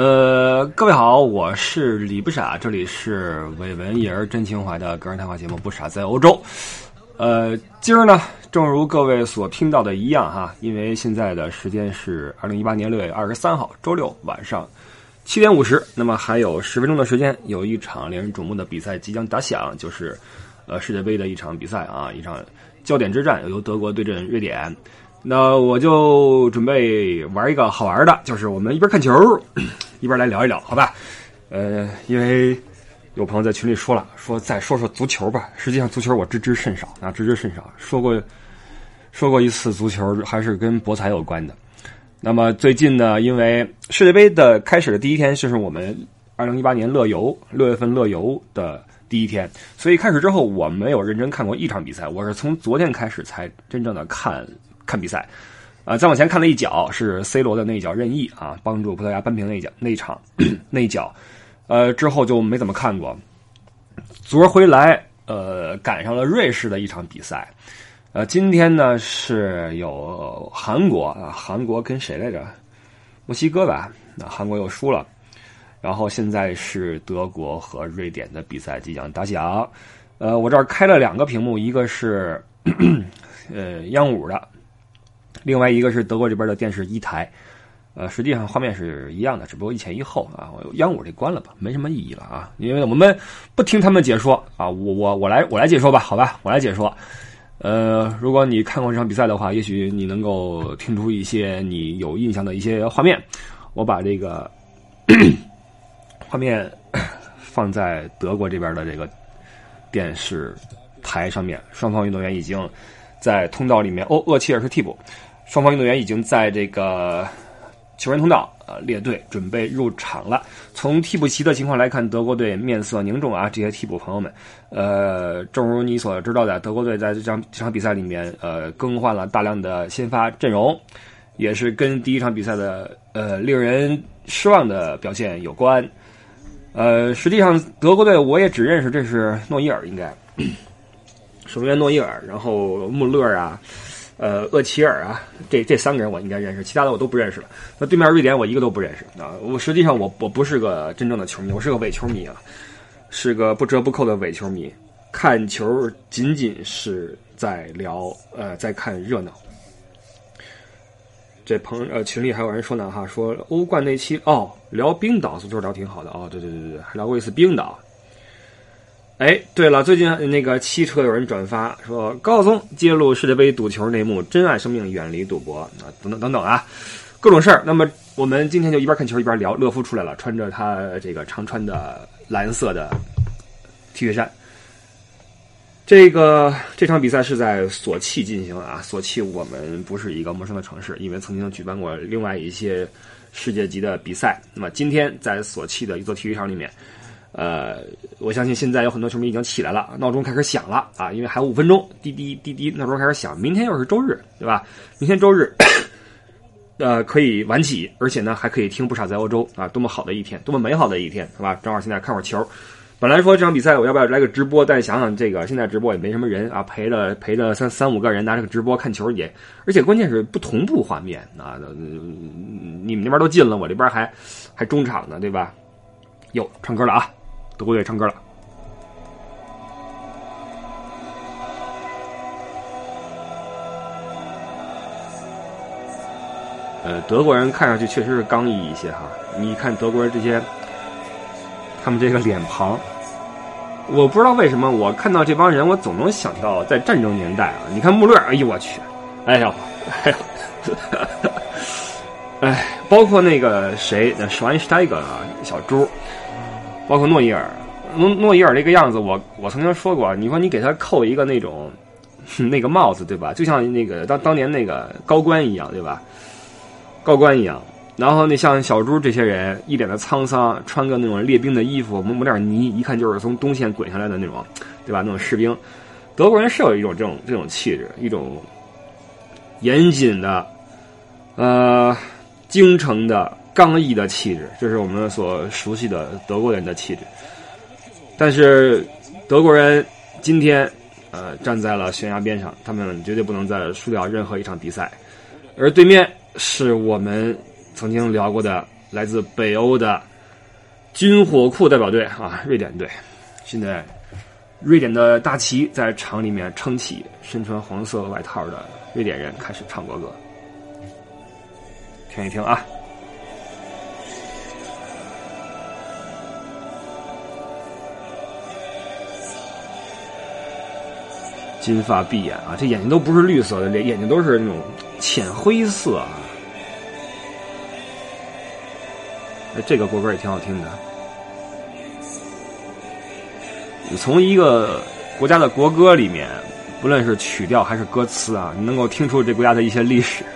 各位好，我是李不傻，这里是伪文艺而真情怀的个人谈话节目《不傻在欧洲》。今儿呢，正如各位所听到的一样哈，因为现在的时间是2018年6月23号周六晚上7点50，那么还有10分钟的时间，有一场令人瞩目的比赛即将打响，就是世界杯的一场比赛啊，一场焦点之战，由德国对阵瑞典。那我就准备玩一个好玩的，就是我们一边看球一边来聊一聊，好吧？因为有朋友在群里说了，说再说说足球吧。实际上足球我知之甚少啊，知之甚少。说过一次足球还是跟博彩有关的。那么最近呢，因为世界杯的开始的第一天就是我们2018年6月份乐游的第一天，所以开始之后我没有认真看过一场比赛，我是从昨天开始才真正的看比赛。再往前看了一脚，是 C 罗的那一脚任意啊，帮助葡萄牙扳平那一场那一脚。之后就没怎么看过。昨儿回来赶上了瑞士的一场比赛。今天呢是有韩国啊，韩国跟谁来着？墨西哥吧。那韩国又输了。然后现在是德国和瑞典的比赛即将打响。我这儿开了2个屏幕，一个是央五的，另外一个是德国这边的电视1台。实际上画面是一样的，只不过一前一后啊。央五这关了吧，没什么意义了啊，因为我们不听他们解说啊，我来解说吧，好吧，我来解说。如果你看过这场比赛的话，也许你能够听出一些你有印象的一些画面。我把这个画面放在德国这边的这个电视台上面，双方运动员已经在通道里面。厄齐尔是替补，双方运动员已经在这个球员通道列队准备入场了。从替补席的情况来看，德国队面色凝重啊，这些替补朋友们。正如你所知道的，德国队在这场比赛里面更换了大量的先发阵容，也是跟第一场比赛的令人失望的表现有关。实际上德国队我也只认识这是诺伊尔，应该守门员诺伊尔，然后穆勒啊。厄齐尔啊，这3个人我应该认识，其他的我都不认识了。那对面瑞典我一个都不认识啊！我实际上我不是个真正的球迷，我是个伪球迷啊，是个不折不扣的伪球迷。看球仅仅是在聊在看热闹。这群里还有人说呢哈，说欧冠那期聊冰岛足球聊挺好的对，还聊过一次冰岛。对了，最近那个汽车有人转发说高晓松揭露世界杯赌球内幕，珍爱生命，远离赌博啊，等等等等啊，各种事儿。那么我们今天就一边看球一边聊。勒夫出来了，穿着他这个常穿的蓝色的 T 恤衫。这场比赛是在索契进行啊，索契我们不是一个陌生的城市，因为曾经举办过另外一些世界级的比赛。那么今天在索契的一座体育场里面。我相信现在有很多球迷已经起来了，闹钟开始响了啊，因为还有5分钟，滴滴滴滴，闹钟开始响。明天又是周日，对吧？明天周日，可以晚起，而且呢还可以听不傻在欧洲啊，多么好的一天，多么美好的一天，是吧？正好现在看会儿球。本来说这场比赛我要不要来个直播，但想想这个现在直播也没什么人啊，陪着3-5个人拿这个直播看球也，而且关键是不同步画面啊，你们那边都进了，我这边还中场呢，对吧？唱歌了啊！德国队唱歌了。德国人看上去确实是刚毅一些哈。你看德国人这些，他们这个脸庞，我不知道为什么，我看到这帮人，我总能想到在战争年代啊。你看穆勒，哎呦我去，包括那个谁，Schweinsteiger 啊，小猪。包括诺伊尔这个样子，我曾经说过，你说你给他扣一个那种那个帽子，对吧？就像那个当年那个高官一样，对吧？高官一样。然后那像小猪这些人，一脸的沧桑，穿个那种列兵的衣服，抹点泥，一看就是从东线滚下来的那种，对吧？那种士兵，德国人是有一种这种气质，一种严谨的，京城的。刚毅的气质，这是我们所熟悉的德国人的气质。但是德国人今天站在了悬崖边上，他们绝对不能再输掉任何一场比赛。而对面是我们曾经聊过的来自北欧的军火库代表队啊，瑞典队。现在瑞典的大旗在场里面撑起，身穿黄色外套的瑞典人开始唱国歌，听一听啊。金发碧眼啊，这眼睛都不是绿色的，这眼睛都是那种浅灰色啊。这个国歌也挺好听的。你从一个国家的国歌里面，不论是曲调还是歌词啊，你能够听出这国家的一些历史。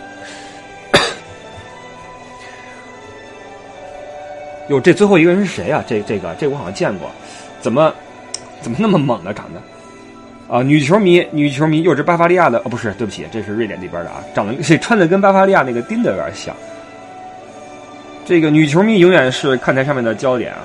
哟，这最后一个人是谁啊？这个我好像见过，怎么那么猛呢？长得啊，女球迷又是巴伐利亚的，不是，对不起，这是瑞典这边的啊，长得这穿的跟巴伐利亚那个丁的有点像。这个女球迷永远是看台上面的焦点啊。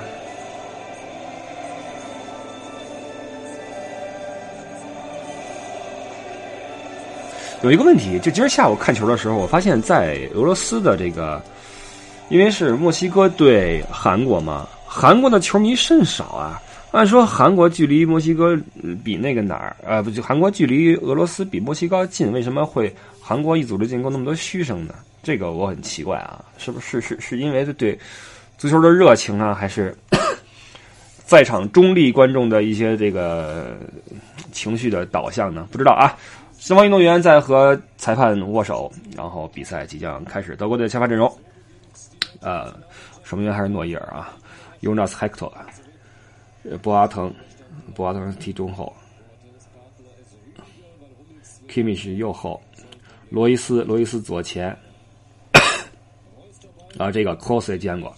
有一个问题，就今儿下午看球的时候，我发现在俄罗斯的这个，因为是墨西哥对韩国嘛，韩国的球迷甚少啊。按说韩国距离墨西哥比那个哪儿不就韩国距离俄罗斯比墨西哥近，为什么会韩国一组织进攻那么多嘘声呢？这个我很奇怪啊，是不是因为对足球的热情啊，还是在场中立观众的一些这个情绪的导向呢？不知道啊。双方运动员在和裁判握手，然后比赛即将开始。德国队先发阵容，守门员还是诺伊尔啊 ，Jonas Hector， 博阿滕踢中后 ，Kimmich 右后，罗伊斯左前，啊，这个 Klose 也见过，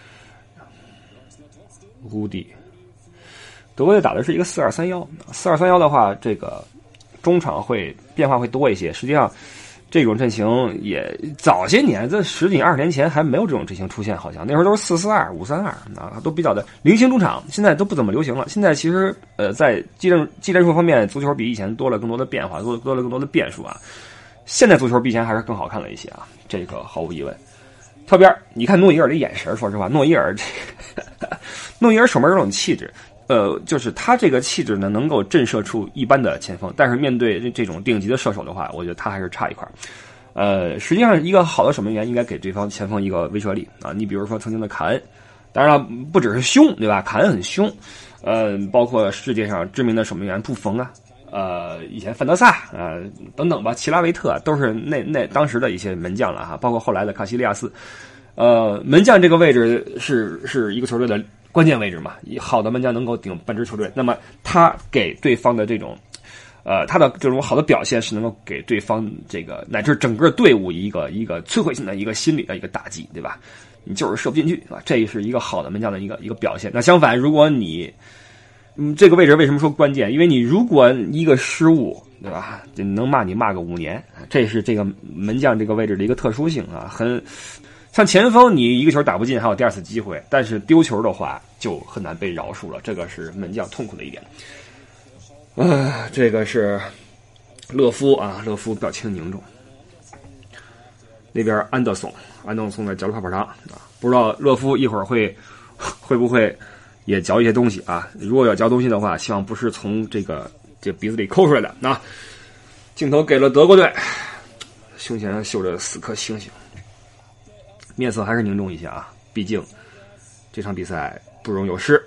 乌迪。德国队打的是一个4-2-3-1，4-2-3-1的话，这个中场会变化会多一些。实际上，这种阵型也早些年，在10几20年前还没有这种阵型出现，好像那时候都是4-4-2、5-3-2啊，都比较的菱形中场，现在都不怎么流行了。现在其实在技战术方面，足球比以前多了更多的变化，多了更多的变数啊。现在足球比以前还是更好看了一些啊，这个毫无疑问。特别你看诺伊尔的眼神，说实话，诺伊尔守门有种气质。就是他这个气质呢，能够震慑出一般的前锋，但是面对这种顶级的射手的话，我觉得他还是差一块。实际上一个好的守门员应该给对方前锋一个威慑力啊。你比如说曾经的卡恩，当然了，不只是凶，对吧？卡恩很凶，包括世界上知名的守门员布冯啊，以前范德萨等等吧，齐拉维特都是那当时的一些门将了哈，包括后来的卡西利亚斯。门将这个位置是一个球队的关键位置嘛，好的门将能够顶半支球队，那么他给对方的这种，他的这种好的表现是能够给对方这个乃至整个队伍一个摧毁性的一个心理的一个打击，对吧？你就是射不进去啊，这是一个好的门将的一个表现。那相反，如果你，这个位置为什么说关键？因为你如果一个失误，对吧？就能骂个5年，这是这个门将这个位置的一个特殊性啊，很。像前锋，你一个球打不进，还有第二次机会，但是丢球的话就很难被饶恕了，这个是门将痛苦的一点。这个是勒夫表情凝重。那边安德松在嚼着泡泡糖啊，不知道勒夫一会儿会不会也嚼一些东西啊？如果要嚼东西的话，希望不是从这鼻子里抠出来的。那镜头给了德国队，胸前绣着4颗星星。面色还是凝重一些啊，毕竟这场比赛不容有失。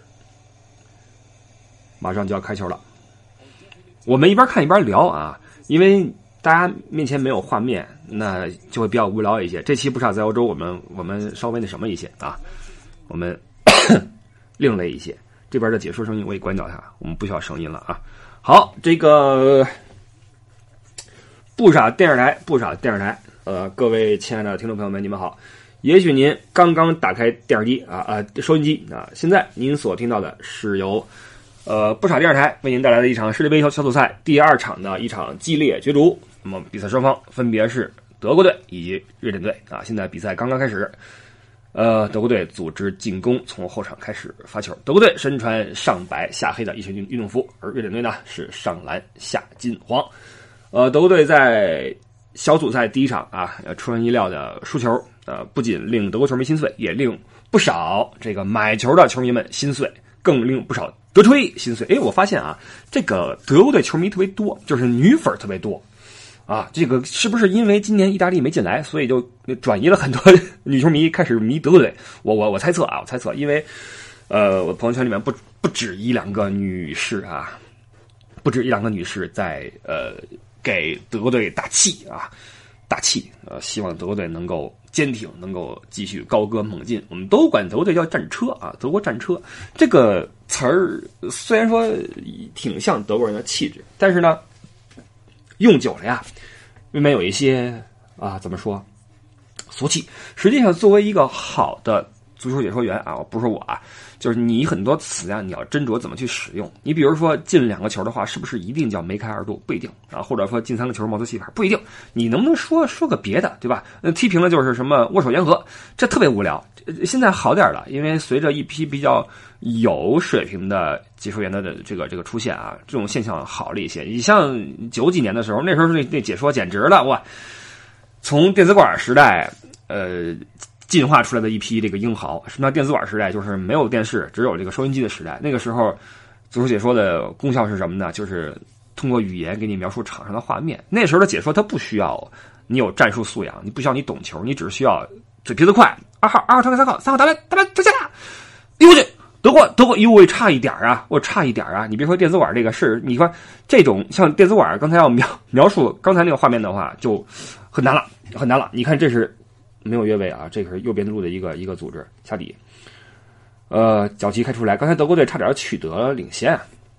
马上就要开球了，我们一边看一边聊啊，因为大家面前没有画面，那就会比较无聊一些。这期不傻在欧洲，我们稍微那什么一些啊，我们另类一些。这边的解说声音我也关掉它，我们不需要声音了啊。好，这个不傻电视台，各位亲爱的听众朋友们，你们好。也许您刚刚打开电视机收音机啊，现在您所听到的是由不傻电视台为您带来的一场世界杯小组赛第2场的一场激烈角逐。那么比赛双方分别是德国队以及瑞典队啊。现在比赛刚刚开始，德国队组织进攻，从后场开始发球。德国队身穿上白下黑的一身运动服，而瑞典队呢是上蓝下金黄。德国队在小组赛第1场啊，出人意料的输球不仅令德国球迷心碎，也令不少这个买球的球迷们心碎，更令不少德吹心碎。我发现啊，这个德国队球迷特别多，就是女粉特别多啊。这个是不是因为今年意大利没进来，所以就转移了很多女球迷开始迷德国队？我猜测啊，我猜测，因为我朋友圈里面不止一两个女士啊，不止一两个女士在给德国队打气啊，打气，希望德国队能够坚挺，能够继续高歌猛进。我们都管德国队叫战车啊，德国战车这个词儿虽然说挺像德国人的气质，但是呢，用久了呀，未免有一些怎么说俗气。实际上，作为一个好的足球解说员啊，不是我啊，就是你很多词啊，你要斟酌怎么去使用。你比如说进2个球的话，是不是一定叫梅开二度？不一定啊，或者说进3个球貌似戏法，不一定。你能不能说个别的，对吧？踢平了就是什么握手言和，这特别无聊。现在好点了，因为随着一批比较有水平的解说员的这个出现啊，这种现象好了一些。你像90几年的时候，那时候那解说简直了，哇！从电子管时代，进化出来的一批这个英豪。什么叫电子管时代？就是没有电视，只有这个收音机的时代。那个时候，足球解说的功效是什么呢？就是通过语言给你描述场上的画面。那时候的解说，它不需要你有战术素养，你不需要你懂球，你只需要嘴皮子快。2号传给3号，3号打板出现了，溜过去。德国，我差一点啊！你别说电子管这个是，你看这种像电子管，刚才要描述刚才那个画面的话，就很难了。你看这是没有越位啊，这个是右边路的一个组织下底，角旗开出来，刚才德国队差点取得了领先。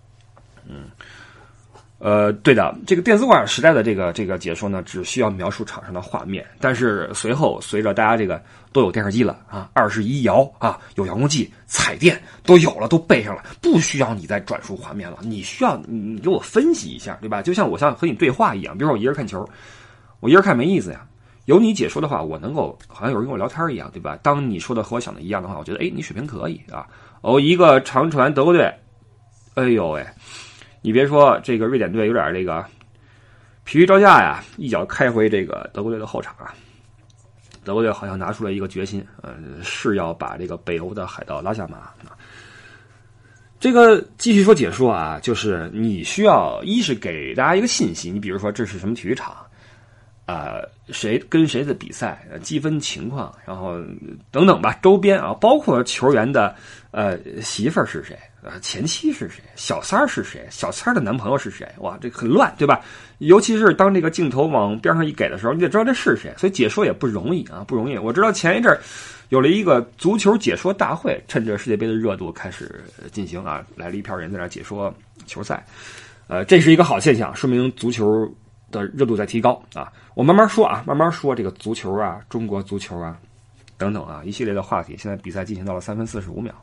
对的，这个电子管时代的这个解说呢，只需要描述场上的画面，但是随着大家这个都有电视机了啊，21摇啊，有遥控器、彩电都有了，都备上了，不需要你再转述画面了，你需要你给我分析一下，对吧？就像我和你对话一样，比如说我一人看球，我一人看没意思呀。有你解说的话，我能够好像有人跟我聊天一样，对吧？当你说的和我想的一样的话，我觉得你水平可以啊。一个长传德国队，哎呦喂！你别说，这个瑞典队有点这个疲于招架呀，一脚开回这个德国队的后场啊。德国队好像拿出了一个决心，是要把这个北欧的海盗拉下马啊。这个继续说解说啊，就是你需要一是给大家一个信息，你比如说这是什么体育场，谁跟谁的比赛，积分情况，然后等等吧，周边啊，包括球员的媳妇儿是谁。前妻是谁？小三儿是谁？小三儿的男朋友是谁？哇，这很乱，对吧？尤其是当这个镜头往边上一给的时候，你得知道这是谁。所以解说也不容易啊，不容易。我知道前一阵有了一个足球解说大会，趁着世界杯的热度开始进行啊，来了一票人在那解说球赛。这是一个好现象，说明足球的热度在提高啊。我慢慢说这个足球啊，中国足球啊，等等啊，一系列的话题。现在比赛进行到了3分45秒。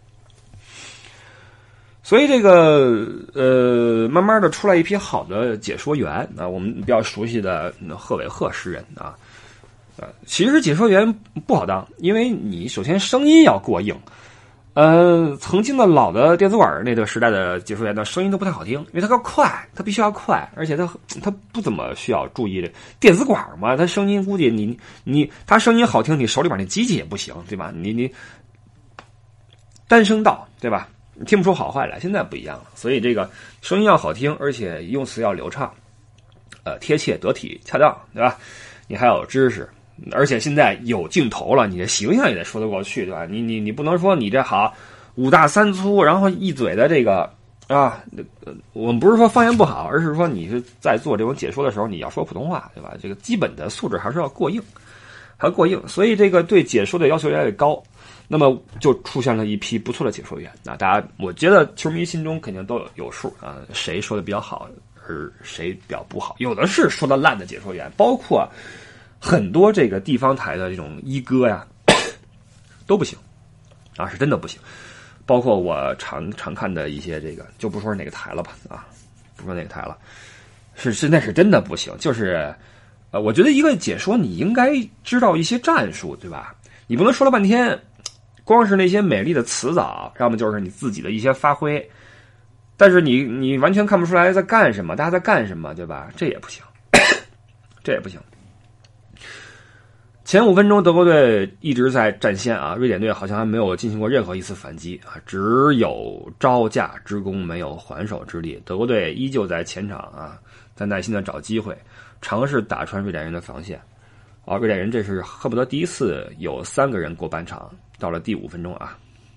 所以这个慢慢的出来一批好的解说员啊，我们比较熟悉的贺伟贺诗人啊，其实解说员不好当，因为你首先声音要过硬。曾经的老的电子管那个时代的解说员的声音都不太好听，因为他要快，他必须要快，而且他不怎么需要注意这电子管嘛，他声音估计他声音好听，你手里边那机器也不行，对吧？你单声道，对吧？你听不出好坏来，现在不一样了，所以这个声音要好听，而且用词要流畅，贴切、得体、恰当，对吧？你还有知识，而且现在有镜头了，你的形象也得说得过去，对吧？你不能说你这好5大3粗，然后一嘴的这个啊，我们不是说方言不好，而是说你是在做这种解说的时候，你要说普通话，对吧？这个基本的素质还是要过硬，所以这个对解说的要求越来越高。那么就出现了一批不错的解说员，那大家我觉得球迷心中肯定都有数啊，谁说的比较好，而谁比较不好。有的是说的烂的解说员，包括很多这个地方台的这种一哥呀，都不行啊，是真的不行。包括我常看的一些这个，就不说是哪个台了吧啊，不说哪个台了，那是真的不行。就是我觉得一个解说你应该知道一些战术，对吧？你不能说了半天。光是那些美丽的词藻，要么就是你自己的一些发挥，但是你完全看不出来在干什么，大家在干什么，对吧？这也不行，这也不行。 前5分钟德国队一直在占先啊，瑞典队好像还没有进行过任何一次反击啊，只有招架之功，没有还手之力。德国队依旧在前场啊，在耐心的找机会，尝试打穿瑞典人的防线。瑞典人这是恨不得第一次有3个人过半场，到了第5分钟啊。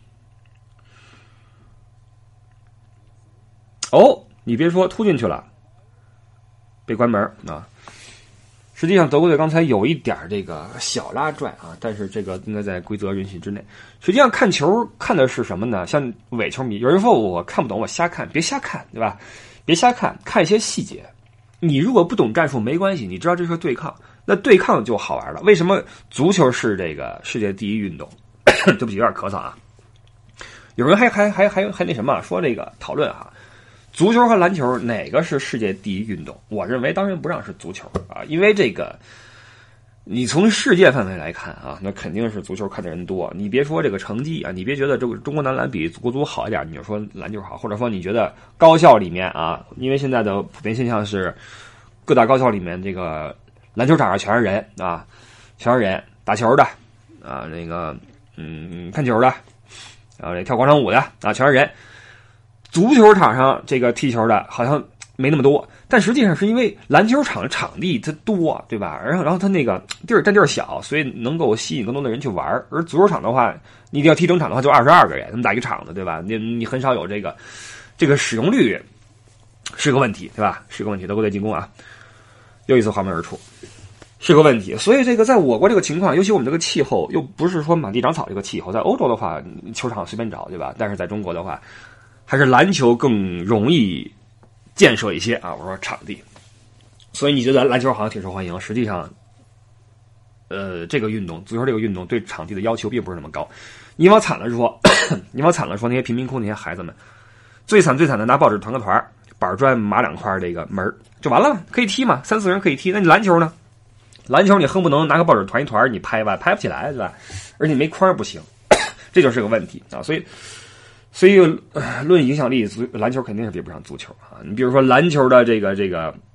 你别说，突进去了，被关门啊。实际上德国队刚才有一点这个小拉拽啊，但是这个应该在规则允许之内。实际上看球看的是什么呢？像伪球迷，有人说我看不懂，我瞎看，别瞎看，对吧？别瞎看，看一些细节。你如果不懂战术没关系，你知道这是对抗，那对抗就好玩了。为什么足球是这个世界第一运动？对不起，有点咳嗽啊。有人还那什么说这个讨论啊，足球和篮球哪个是世界第一运动？我认为当然不让是足球啊，因为这个你从世界范围来看啊，那肯定是足球看的人多。你别说这个成绩啊，你别觉得这个中国男篮比国足好一点，你就说篮球好，或者说你觉得高校里面啊，因为现在的普遍现象是各大高校里面这个篮球场上全是人啊，全是人打球的啊，那个看球的啊，这跳广场舞的啊，全是人。足球场上这个踢球的好像没那么多，但实际上是因为篮球场的场地它多，对吧？然后它那个占地儿小，所以能够吸引更多的人去玩。而足球场的话，你要踢整场的话就22个人，那么打一个场子，对吧？你很少有这个使用率是个问题，对吧？是个问题。德国队进攻啊，又一次滑门而出，是个问题。所以这个在我国这个情况，尤其我们这个气候又不是说满地长草这个气候，在欧洲的话球场随便找，对吧？但是在中国的话，还是篮球更容易建设一些啊，我说场地。所以你觉得篮球好像挺受欢迎，实际上这个运动，足球这个运动对场地的要求并不是那么高。你往惨了说那些贫民窟那些孩子们，最惨的拿报纸团个团，板砖码2块这个门就完了，可以踢嘛，3-4人可以踢。那你篮球呢？篮球你恨不能拿个报纸团一团，你拍吧，拍不起来，对吧？而且没框不行，这就是个问题啊。所以论影响力，篮球肯定是比不上足球啊。你比如说篮球的这个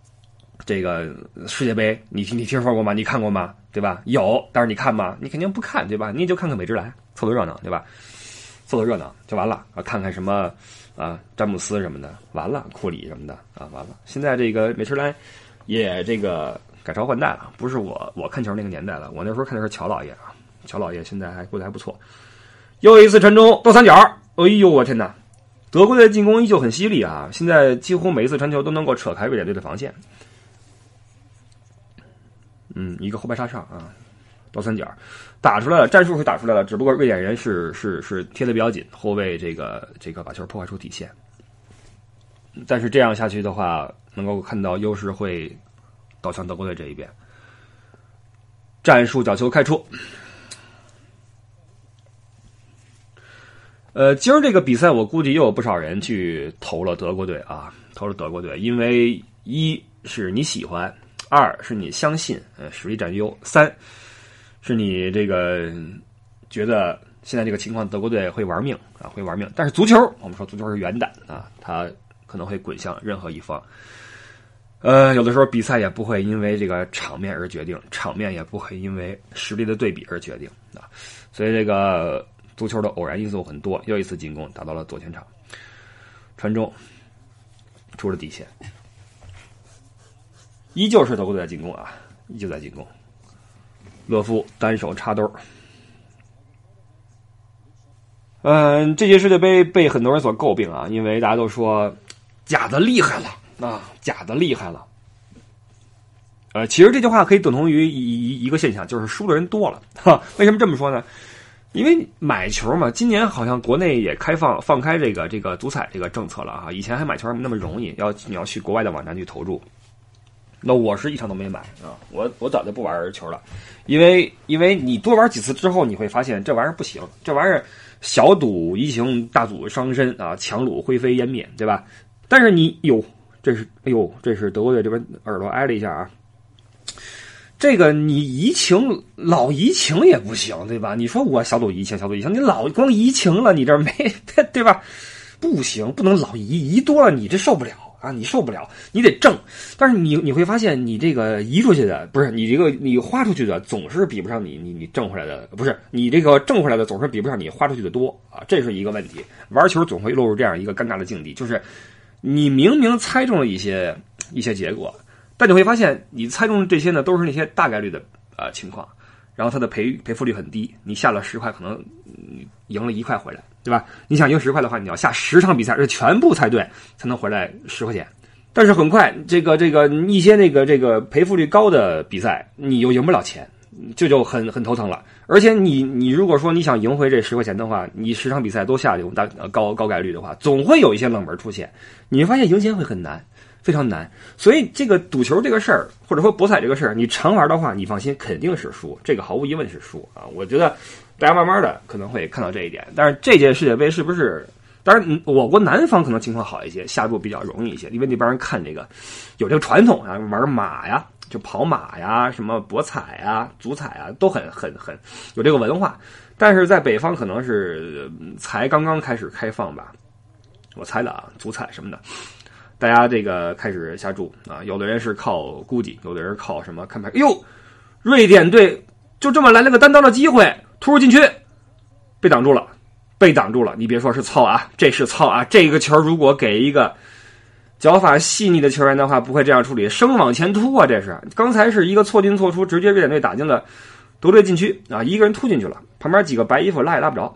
世界杯，你听说过吗？你看过吗？对吧？有，但是你看吗？你肯定不看，对吧？你也就看看美职篮，凑凑热闹，对吧？凑凑热闹就完了啊！看看什么啊，詹姆斯什么的，完了，库里什么的啊，完了。现在这个美职篮也这个改朝换代了，不是我看球那个年代了。我那时候看的是乔老爷啊，乔老爷现在还过得还不错。又一次传中倒三角，哎呦我天哪！德国队的进攻依旧很犀利啊！现在几乎每一次传球都能够扯开瑞典队的防线。一个后排插上啊，倒三角打出来了，战术是打出来了，只不过瑞典人是贴得比较紧，后卫这个把球破坏出底线。但是这样下去的话，能够看到优势会倒向德国队这一边。战术角球开出。今儿这个比赛我估计又有不少人去投了德国队啊，因为一是你喜欢，2是你相信实力占优，3是你这个觉得现在这个情况德国队会玩命啊，会玩命。但是足球，我们说足球是圆的啊，它可能会滚向任何一方。有的时候比赛也不会因为这个场面而决定，场面也不会因为实力的对比而决定啊。所以这个足球的偶然因素很多。又一次进攻打到了左前场，传中出了底线，依旧是德国队的进攻啊，依旧在进攻。勒夫单手插兜。这届世界杯被很多人所诟病啊，因为大家都说假的厉害了啊，假的厉害了。其实这句话可以等同于一个现象，就是输的人多了。为什么这么说呢？因为买球嘛，今年好像国内也放开这个足彩这个政策了啊，以前还买球没那么容易，你要去国外的网站去投注。那我是一场都没买啊，我早就不玩球了，因为你多玩几次之后，你会发现这玩意儿不行，这玩意儿小赌怡情，大赌伤身啊，强弩灰飞烟灭，对吧？但是这是德国队这边耳朵挨了一下啊。这个你移情老移情也不行，对吧？你说我小赌怡情，你老光移情了，你这没对吧？不行，不能老移多了，你这受不了， 啊，你受不了，你得挣。但是你会发现，你这个移出去的不是你花出去的，总是比不上你挣回来的，不是你这个挣回来的总是比不上你花出去的多啊，这是一个问题。玩球总会落入这样一个尴尬的境地，就是你明明猜中了一些结果，但你会发现你猜中的这些呢都是那些大概率的情况，然后它的赔付率很低，你下了10块可能赢了1块回来，对吧？你想赢10块的话，你要下10场比赛，而且全部猜对才能回来10块钱。但是很快，这个一些这个赔付率高的比赛，你又赢不了钱，这就很头疼了。而且你如果说你想赢回这10块钱的话，你10场比赛都下这种高概率的话，总会有一些冷门出现，你会发现赢钱会很难。非常难，所以这个赌球这个事儿，或者说博彩这个事儿，你常玩的话，你放心，肯定是输，这个毫无疑问是输啊！我觉得大家慢慢的可能会看到这一点。但是这届世界杯是不是？当然，我国南方可能情况好一些，下注比较容易一些，因为那边人看这个有这个传统啊，玩马呀，就跑马呀，什么博彩呀、足彩啊，都很有这个文化。但是在北方可能是才刚刚开始开放吧，我猜的啊，足彩什么的。大家这个开始下注啊，有的人是靠估计，有的人靠什么看牌。哎呦，瑞典队就这么来了个单刀的机会，突入禁区，被挡住了。你别说是操啊，这是操啊！这个球如果给一个脚法细腻的球员的话，不会这样处理，生往前突啊！这是刚才是一个错进错出，直接瑞典队打进了德国队禁区啊，一个人突进去了，旁边几个白衣服拉也拉不着。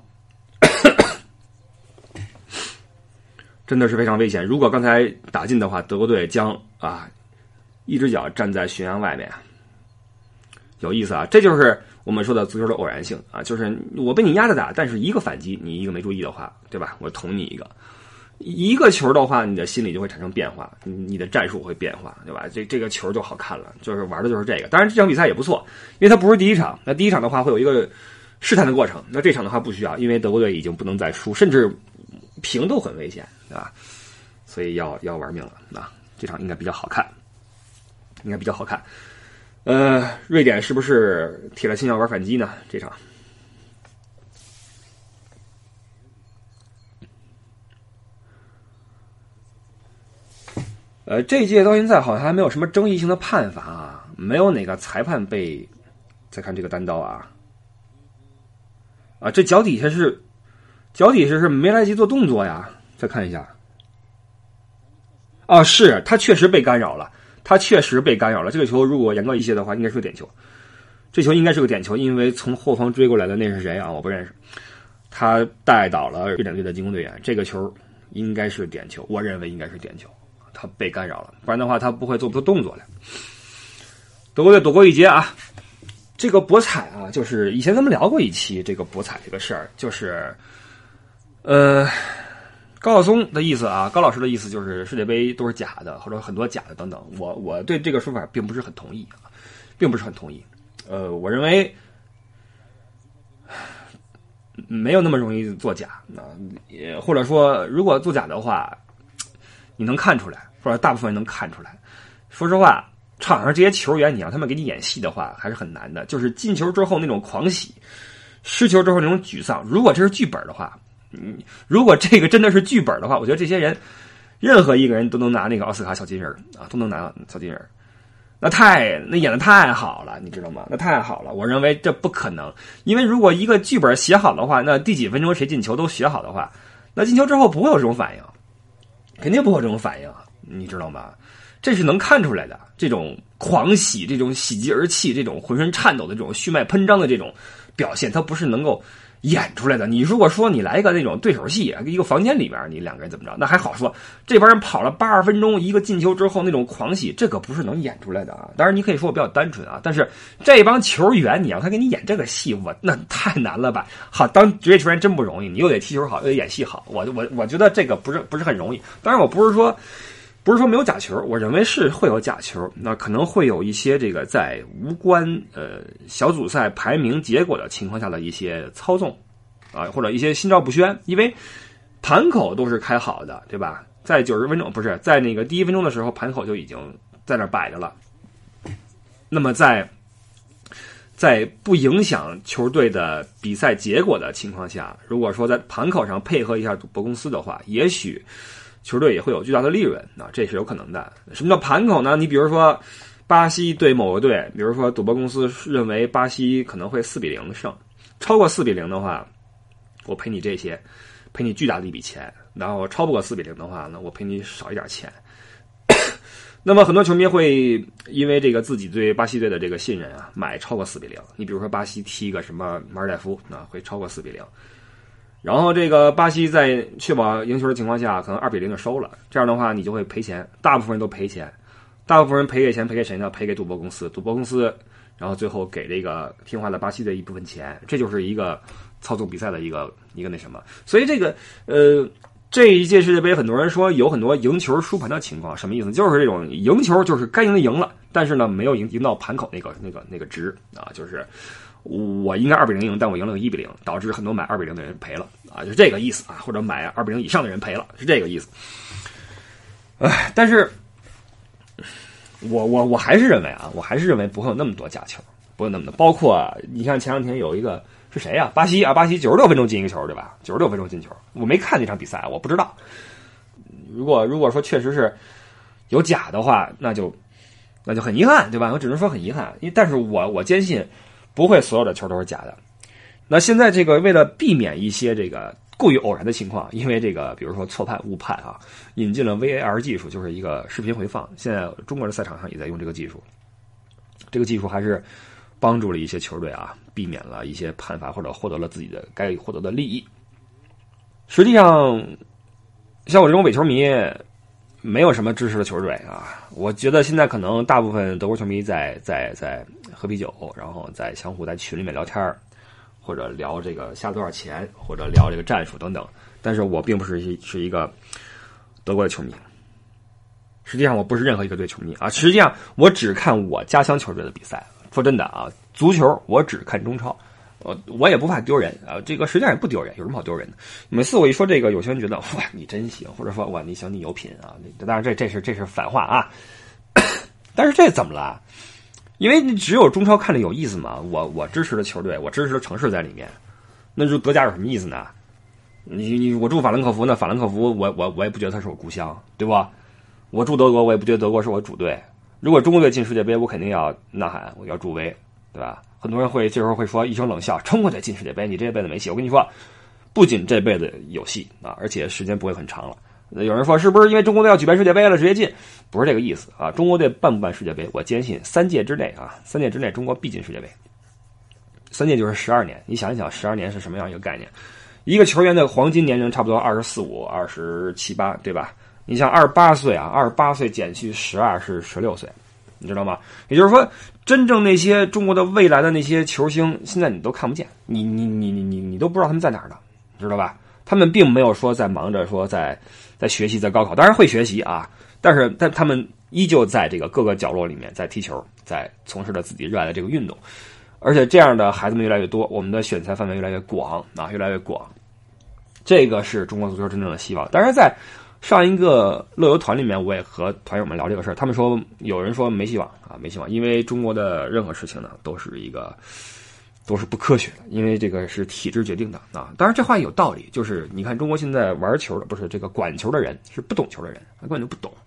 真的是非常危险。如果刚才打进的话，德国队将一只脚站在悬崖外面，有意思啊！这就是我们说的足球的偶然性啊，就是我被你压着打，但是一个反击，你一个没注意的话，对吧？我捅你一个球的话，你的心理就会产生变化，你的战术会变化，对吧？这个球就好看了，就是玩的就是这个。当然这场比赛也不错，因为它不是第一场，那第一场的话会有一个试探的过程，那这场的话不需要，因为德国队已经不能再输，甚至平都很危险，对吧？所以要玩命了啊！这场应该比较好看，瑞典是不是铁了心要玩反击呢？这场，这一届到现在好像还没有什么争议性的判罚啊，没有哪个裁判被。再看这个单刀啊，这脚底下是没来得及做动作呀。再看一下，是他确实被干扰了，这个球如果严格一些的话，应该是个点球。这球应该是个点球，因为从后方追过来的那是谁啊？我不认识。他带倒了瑞典队的进攻队员，这个球应该是点球，我认为应该是点球。他被干扰了，不然的话他不会做不出动作来。德国队躲过一劫啊！这个博彩啊，就是以前咱们聊过一期这个博彩这个事儿，就是高晓松的意思啊，高老师的意思就是世界杯都是假的，或者很多假的等等。我对这个说法并不是很同意啊，我认为没有那么容易作假或者说如果作假的话，你能看出来，或者大部分人能看出来。说实话，场上这些球员，你让他们给你演戏的话，还是很难的。就是进球之后那种狂喜，失球之后那种沮丧。如果这是剧本的话，如果这个真的是剧本的话，我觉得这些人，任何一个人都能拿那个奥斯卡小金人啊，都能拿小金人。那演的太好了，你知道吗？那太好了，我认为这不可能，因为如果一个剧本写好的话，那第几分钟谁进球都写好的话，那进球之后不会有这种反应，肯定不会有这种反应，你知道吗？这是能看出来的，这种狂喜，这种喜极而泣，这种浑身颤抖的这种血脉喷张的这种表现，它不是能够演出来的。你如果说你来一个那种对手戏，一个房间里边你两个人怎么着，那还好说。这帮人跑了80分钟，一个进球之后那种狂喜，这个不是能演出来的啊。当然你可以说我比较单纯啊，但是这帮球员你让他给你演这个戏，那太难了吧。好，当职业球员真不容易，你又得踢球好，又得演戏好，我觉得这个不是很容易。当然我不是说没有假球，我认为是会有假球，那可能会有一些这个在无关小组赛排名结果的情况下的一些操纵啊，或者一些心照不宣，因为盘口都是开好的，对吧？在90分钟不是在那个第1分钟的时候，盘口就已经在那摆着了。那么在不影响球队的比赛结果的情况下，如果说在盘口上配合一下赌博公司的话，也许球队也会有巨大的利润啊，这是有可能的。什么叫盘口呢？你比如说巴西对某个队，比如说赌博公司认为巴西可能会4-0的胜，超过4-0的话，我赔你这些，赔你巨大的一笔钱，然后超不过4-0的话呢，我赔你少一点钱。那么很多球迷会因为这个自己对巴西队的这个信任啊，买超过4-0。你比如说巴西踢个什么马尔代夫，那会超过4-0。然后这个巴西在确保赢球的情况下，可能2-0就收了。这样的话，你就会赔钱，大部分人都赔钱。大部分人赔给钱，赔给谁呢？赔给赌博公司。赌博公司，然后最后给这个听话的巴西队一部分钱。这就是一个操纵比赛的一个那什么。所以这个这一届世界杯，很多人说有很多赢球输盘的情况，什么意思？就是这种赢球就是该赢的赢了，但是呢没有赢到盘口那个值啊，就是我应该2-0赢，但我赢了个1-0，导致很多买2-0的人赔了啊，就是这个意思啊，或者买2-0以上的人赔了，是这个意思。但是我还是认为啊，不会有那么多假球，不会有那么多，包括你看前两天有一个。是谁呀？巴西96分钟进一个球，对吧？96分钟进球，我没看那场比赛，我不知道。如果说确实是有假的话，那就很遗憾，对吧？我只能说很遗憾，但是我坚信不会所有的球都是假的。那现在这个为了避免一些这个过于偶然的情况，因为这个比如说错判、误判啊，引进了 VAR 技术，就是一个视频回放。现在中国的赛场上也在用这个技术，这个技术还是帮助了一些球队啊，避免了一些判罚或者获得了自己的该获得的利益。实际上，像我这种伪球迷，没有什么支持的球队啊。我觉得现在可能大部分德国球迷在喝啤酒，然后在相互在群里面聊天，或者聊这个下多少钱，或者聊这个战术等等。但是我并不是一个德国的球迷。实际上，我不是任何一个队球迷啊。实际上，我只看我家乡球队的比赛。说真的啊，足球我只看中超，我也不怕丢人啊，这个实际上也不丢人，有什么好丢人的？每次我一说这个，有些人觉得哇你真行，或者说哇你行你有品啊，当然这是反话啊，但是这怎么了？因为只有中超看着有意思嘛，我支持的球队，我支持的城市在里面，那就德甲有什么意思呢？我住法兰克福呢，法兰克福我也不觉得它是我故乡，对吧？我住德国，我也不觉得德国是我主队。如果中国队进世界杯，我肯定要呐喊，我要助威，对吧？很多人这时候会说一声冷笑，中国队进世界杯，你这辈子没戏。我跟你说，不仅这辈子有戏啊，而且时间不会很长了。有人说是不是因为中国队要举办世界杯了，直接进？不是这个意思啊。中国队办不办世界杯，我坚信3届之内中国必进世界杯。3届就是12年，你想一想12年是什么样一个概念？一个球员的黄金年龄差不多24、5、27、8，对吧？你像28岁啊，28岁减去12是16岁，你知道吗？也就是说，真正那些中国的未来的那些球星，现在你都看不见，你都不知道他们在哪儿呢，知道吧？他们并没有说在忙着说在学习，在高考，当然会学习啊，但他们依旧在这个各个角落里面在踢球，在从事着自己热爱的这个运动，而且这样的孩子们越来越多，我们的选材范围越来越广啊，越来越广，这个是中国足球真正的希望。当然在上一个乐游团里面，我也和团友们聊这个事儿，他们说有人说没希望啊，没希望，因为中国的任何事情呢都是不科学的，因为这个是体制决定的啊。当然这话有道理，就是你看中国现在玩球的不是这个管球的人，是不懂球的人，根本就不懂。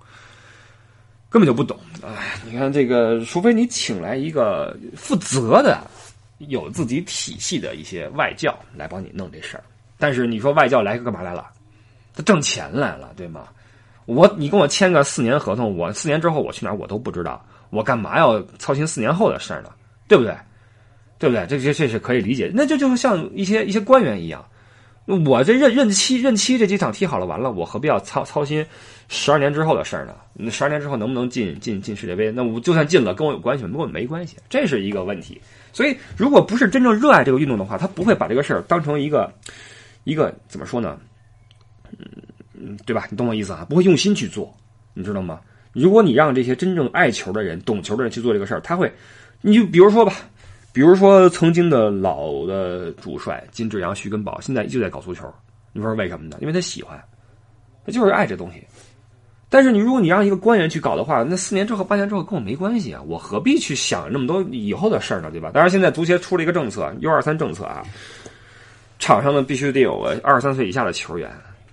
你看这个，除非你请来一个负责的、有自己体系的一些外教来帮你弄这事儿，但是你说外教来干嘛来了？他挣钱来了，对吗？你跟我签个4年合同，我4年之后我去哪儿我都不知道，我干嘛要操心4年后的事儿呢？对不对？对不对？这是可以理解。那就像一些官员一样，我这任期这几场踢好了完了，我何必要操心12年之后的事儿呢？12年之后能不能进世界杯？那我就算进了，跟我有关系吗？跟我没关系，这是一个问题。所以，如果不是真正热爱这个运动的话，他不会把这个事儿当成一个怎么说呢？对吧？你懂我意思啊？不会用心去做，你知道吗？如果你让这些真正爱球的人、懂球的人去做这个事儿，你就比如说曾经的老的主帅金志扬、徐根宝，现在就在搞足球，你说为什么呢？因为他喜欢，他就是爱这东西。但是如果你让一个官员去搞的话，那4年之后、8年之后跟我没关系啊，我何必去想那么多以后的事儿呢？对吧？当然，现在足协出了一个政策，U23政策啊，场上呢必须得有个23岁以下的球员。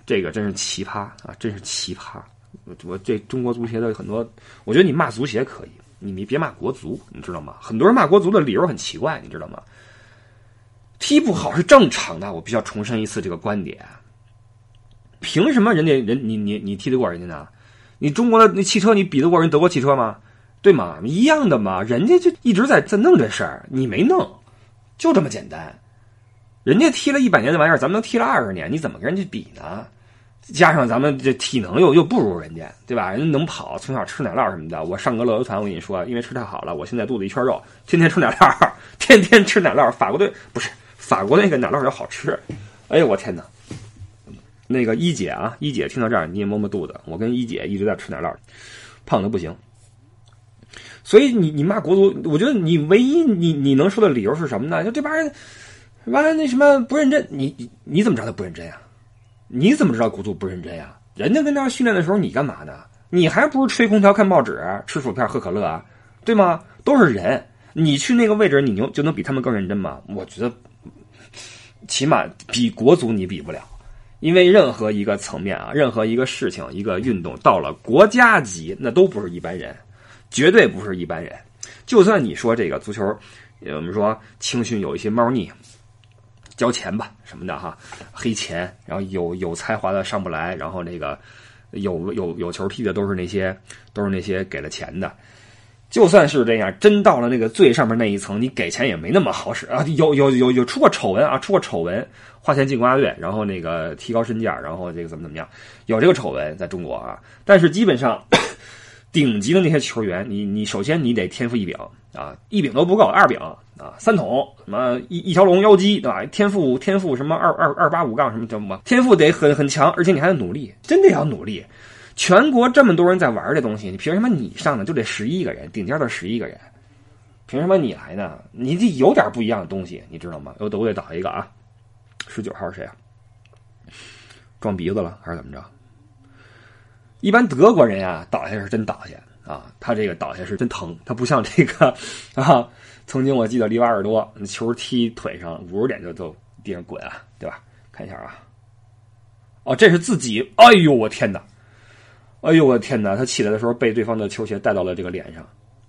这个真是奇葩啊，真是奇葩。我这中国足协的很多，我觉得你骂足协可以，你别骂国足，你知道吗？很多人骂国足的理由很奇怪，你知道吗？踢不好是正常的，我必须要重申一次这个观点。凭什么你踢得过人家呢？你中国的那汽车你比得过人德国汽车吗？对吗？一样的嘛，人家就一直在弄这事儿，你没弄，就这么简单。人家踢了100年的玩意儿，咱们能踢了20年，你怎么跟人家比呢？加上咱们这体能又不如人家，对吧？人家能跑，从小吃奶酪什么的。我上个乐游团，我跟你说，因为吃太好了，我现在肚子一圈肉，天天吃奶酪，天天吃奶酪。法国那个奶酪要好吃。哎呦我天哪！那个一姐听到这儿你也摸摸肚子。我跟一姐一直在吃奶酪，胖的不行。所以你骂国足，我觉得你唯一你能说的理由是什么呢？就这帮人完那什么不认真，你怎么知道他不认真呀？你怎么知道国足不认真呀？人家跟那儿训练的时候，你干嘛呢？你还不是吹空调、看报纸、吃薯片、喝可乐啊？对吗？都是人，你去那个位置，你就能比他们更认真吗？我觉得，起码比国足你比不了，因为任何一个层面啊，任何一个事情、一个运动到了国家级，那都不是一般人，绝对不是一般人。就算你说这个足球，我们说青训有一些猫腻。交钱吧什么的哈，黑钱，然后有才华的上不来，然后那个有球踢的都是那些给了钱的。就算是这样，真到了那个最上面那一层，你给钱也没那么好使啊。有出过丑闻啊，花钱进国家队，然后那个提高身价，然后这个怎么样，有这个丑闻在中国啊。但是基本上顶级的那些球员，你首先你得天赋异禀啊，一禀都不够，2禀啊，3桶什么一条龙妖姬对吧？天赋什么285杠什么叫什么？天赋得很强，而且你还得努力，真的要努力。全国这么多人在玩这东西，你凭什么你上呢？就得11个人，顶尖的11个人，凭什么你来呢？你得有点不一样的东西，你知道吗？我得倒一个啊，19号是谁啊？撞鼻子了还是怎么着？一般德国人啊，倒下是真倒下啊，他这个倒下是真疼，他不像这个啊。曾经我记得里瓦尔多球踢腿上50点就地上滚啊，对吧？看一下啊，哦，这是自己，哎呦我天哪，他起来的时候被对方的球鞋带到了这个脸上，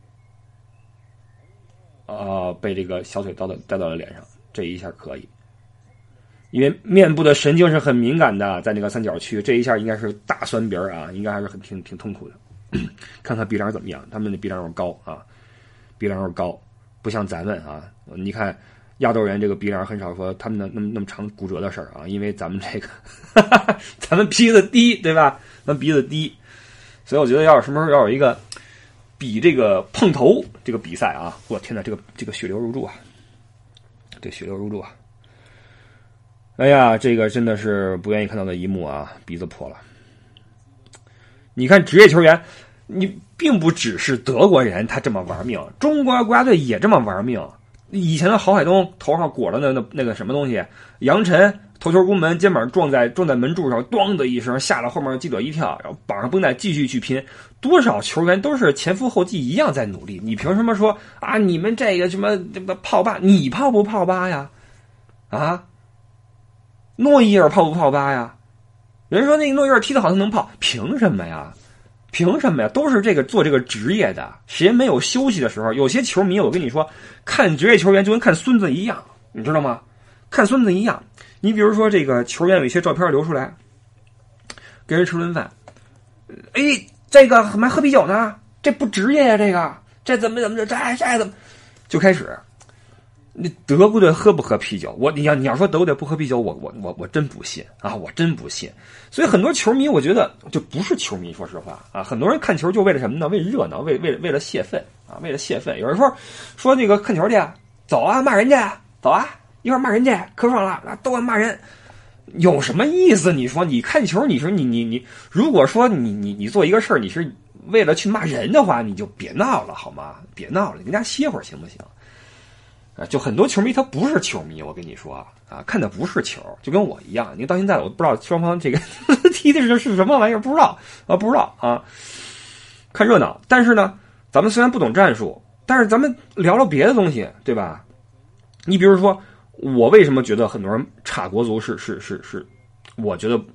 被这个小腿带到了脸上，这一下可以，因为面部的神经是很敏感的，在那个三角区，这一下应该是大酸鼻啊，应该还是挺痛苦的。看看鼻梁怎么样，他们的鼻梁有高啊，鼻梁有高。不像咱们啊，你看亚洲人这个鼻梁很少说他们那么长骨折的事儿啊，因为咱们这个咱们鼻子低，对吧？咱鼻子低，所以我觉得要是什么时候要有一个比这个碰头这个比赛啊，我天哪，这个血流如注啊，这血流如注啊！哎呀，这个真的是不愿意看到的一幕啊，鼻子破了。你看职业球员。你并不只是德国人他这么玩命，中国国家队也这么玩命。以前的郝海东头上裹了那个什么东西，杨晨头球攻门，肩膀撞在门柱上，咣的一声，吓了后面记者一跳，然后绑上绷带继续去拼。多少球员都是前赴后继一样在努力，你凭什么说啊？你们这个什么炮吧，你炮不炮吧呀？啊，诺伊尔炮不炮吧呀？人说那个诺伊尔踢得好，他能炮，凭什么呀？凭什么呀？都是这个做这个职业的，谁没有休息的时候？有些球迷，我跟你说，看职业球员就跟看孙子一样，你知道吗？看孙子一样。你比如说这个球员有一些照片流出来，跟人吃顿饭，哎，这个还喝啤酒呢，这不职业呀，这怎么这怎么就开始。那德国队喝不喝啤酒？你要说德国队不喝啤酒，我真不信啊，我真不信。所以很多球迷，我觉得就不是球迷，说实话啊，很多人看球就为了什么呢？为热闹，为了泄愤啊，为了泄愤。有人说那个看球去，走啊，骂人家，走啊，一会儿骂人家，可爽了，都骂人，有什么意思？你说你看球，你说你，如果说你做一个事儿，你是为了去骂人的话，你就别闹了好吗？别闹了，你跟家歇会儿行不行？就很多球迷他不是球迷，我跟你说啊，看的不是球，就跟我一样。你到现在我不知道双方这个踢的是什么玩意儿，不知道啊，看热闹。但是呢，咱们虽然不懂战术，但是咱们聊聊别的东西，对吧？你比如说，我为什么觉得很多人差国足是，我觉得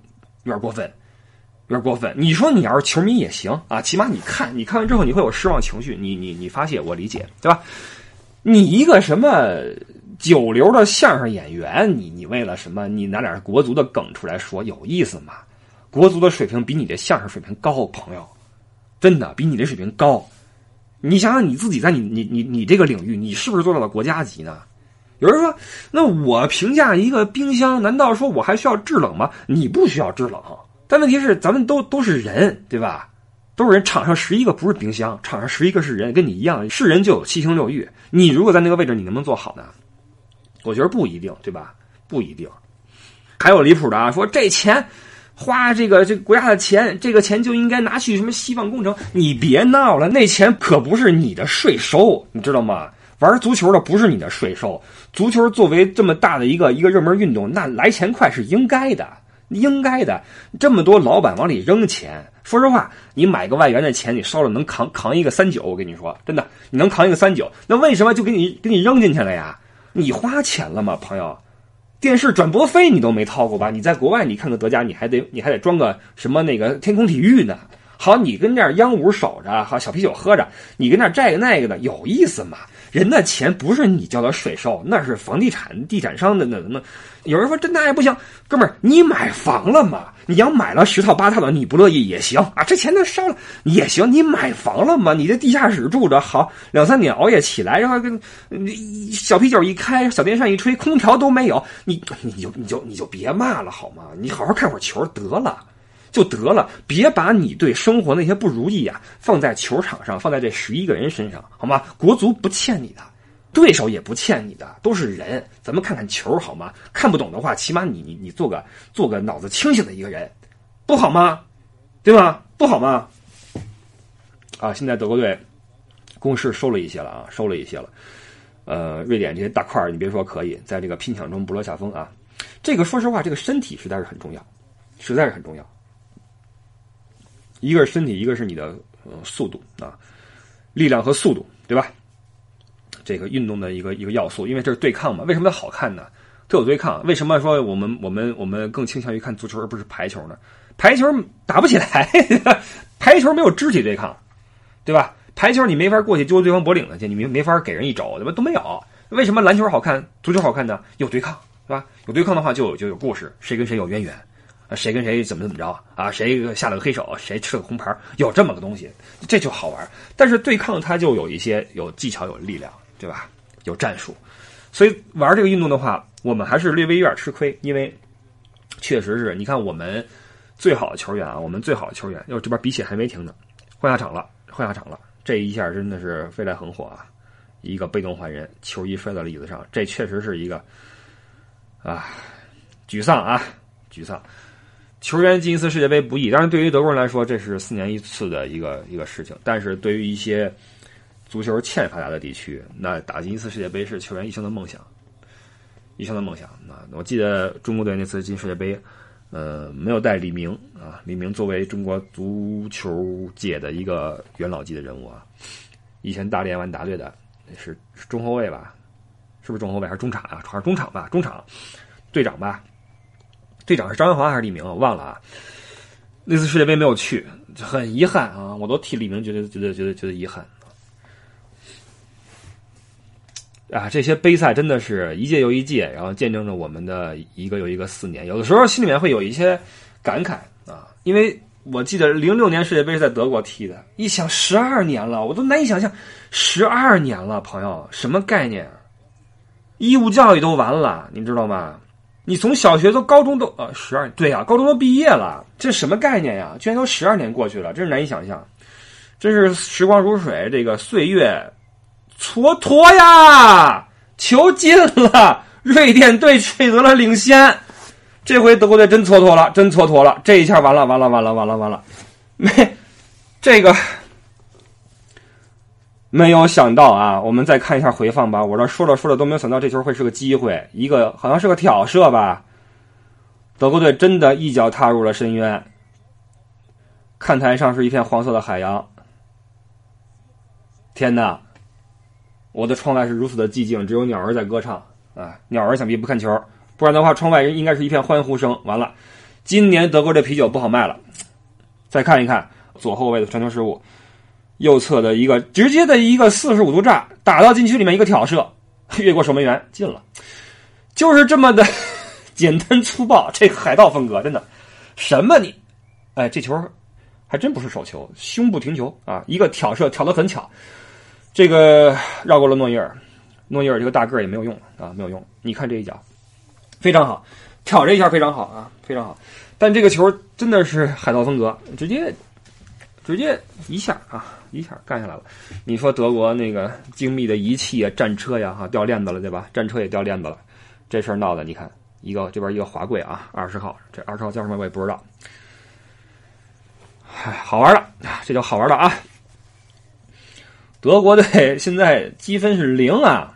有点过分，有点过分。你说你要是球迷也行啊，起码你看完之后你会有失望情绪，你发泄，我理解，对吧？你一个什么九流的相声演员，你为了什么？你拿点国足的梗出来说，有意思吗？国足的水平比你的相声水平高，朋友，真的比你的水平高。你想想你自己在你这个领域，你是不是做到了国家级呢？有人说，那我评价一个冰箱，难道说我还需要制冷吗？你不需要制冷，但问题是咱们都是人，对吧？都是人，场上11个不是冰箱，场上11个是人，跟你一样，是人就有七情六欲。你如果在那个位置，你能不能做好呢？我觉得不一定，对吧？不一定。还有离谱的啊，说这钱花这个国家的钱，这个钱就应该拿去什么希望工程。你别闹了，那钱可不是你的税收，你知道吗？玩足球的不是你的税收，足球作为这么大的一个热门运动，那来钱快是应该的。应该的，这么多老板往里扔钱，说实话，你买个外援的钱，你烧了能扛一个39，我跟你说，真的，你能扛一个39，那为什么就给你扔进去了呀？你花钱了吗，朋友？电视转播费你都没掏过吧？你在国外你看个德甲，你还得装个什么那个天空体育呢？好，你跟这儿央五守着，好小啤酒喝着，你跟那儿这个那个的，有意思吗？人的钱不是你交的税收，那是房地产地产商的那。有人说真的也不行，哥们儿，你买房了吗？你要买了10套8套的，你不乐意也行啊，这钱都烧了也行。你买房了吗？你在地下室住着，好2、3点熬夜起来，然后跟小啤酒一开，小电扇一吹，空调都没有，你就别骂了好吗？你好好看会儿球得了。就得了，别把你对生活那些不如意啊放在球场上，放在这11个人身上，好吗？国足不欠你的，对手也不欠你的，都是人，咱们看看球好吗？看不懂的话，起码你做个脑子清醒的一个人，不好吗？对吧？不好吗？啊，现在德国队攻势收了一些了。瑞典这些大块你别说可以在这个拼抢中不落下风啊。这个说实话，这个身体实在是很重要，实在是很重要。一个是身体，一个是你的速度啊，力量和速度，对吧？这个运动的一个要素，因为这是对抗嘛。为什么它好看呢？它有对抗。为什么说我们更倾向于看足球而不是排球呢？排球打不起来，排球没有肢体对抗，对吧？排球你没法过去揪对方脖领子去，你没法给人一肘，对吧？都没有。为什么篮球好看，足球好看呢？有对抗，对吧？有对抗的话就有故事，谁跟谁有渊源。谁跟谁怎么着啊？谁下了个黑手，谁吃了个红牌，有这么个东西，这就好玩。但是对抗它就有一些有技巧、有力量，对吧？有战术。所以玩这个运动的话，我们还是略微有点吃亏，因为确实是你看我们最好的球员啊，要这边比起还没停呢，换下场了，这一下真的是飞来横祸啊！一个被动换人，球衣摔到了椅子上，这确实是一个沮丧。球员进一次世界杯不易，当然对于德国人来说，这是4年一次的一个事情。但是对于一些足球欠发达的地区，那打进一次世界杯是球员一生的梦想。我记得中国队那次进世界杯，没有带李明啊。李明作为中国足球界的一个元老级的人物啊，以前大连万达队的是中后卫吧？是不是中后卫还是中场啊？还是中场吧？中场队长吧？队长是张元华还是李明？我忘了啊。那次世界杯没有去，很遗憾啊！我都替李明觉得遗憾啊！这些杯赛真的是一届又一届，然后见证着我们的一个又一个4年。有的时候心里面会有一些感慨啊，因为我记得06年世界杯是在德国踢的，一想12年了，我都难以想象12年了，朋友，什么概念？义务教育都完了，你知道吗？你从小学到高中都12，对啊，高中都毕业了，这什么概念呀？居然都12年过去了，真是难以想象，真是时光如水，这个岁月蹉跎呀！球进了，瑞典队取得了领先，这回德国队真蹉跎了，这一下完了，没有想到啊！我们再看一下回放吧。我这说了都没有想到这球会是个机会，一个好像是个挑射吧。德国队真的一脚踏入了深渊，看台上是一片黄色的海洋。天哪！我的窗外是如此的寂静，只有鸟儿在歌唱啊！鸟儿想必不看球，不然的话，窗外应该是一片欢呼声。完了， 今年德国这啤酒不好卖了。再看一看左后卫的传球失误，右侧的一个直接的一个45度炸打到禁区里面，一个挑射越过守门员进了，就是这么的简单粗暴，这海盗风格真的什么你，哎，这球还真不是手球，胸部停球啊，一个挑射挑得很巧，这个绕过了诺伊尔这个大个儿也没有用啊，没有用。你看这一脚非常好，挑这一下非常好啊，非常好。但这个球真的是海盗风格，直接一下干下来了。你说德国那个精密的仪器啊，战车呀掉链子了对吧？战车也掉链子了，这事儿闹的你看一个这边一个华贵啊，20号，这20号叫什么我也不知道。哎，好玩了，这叫好玩了啊！德国队现在积分是0啊，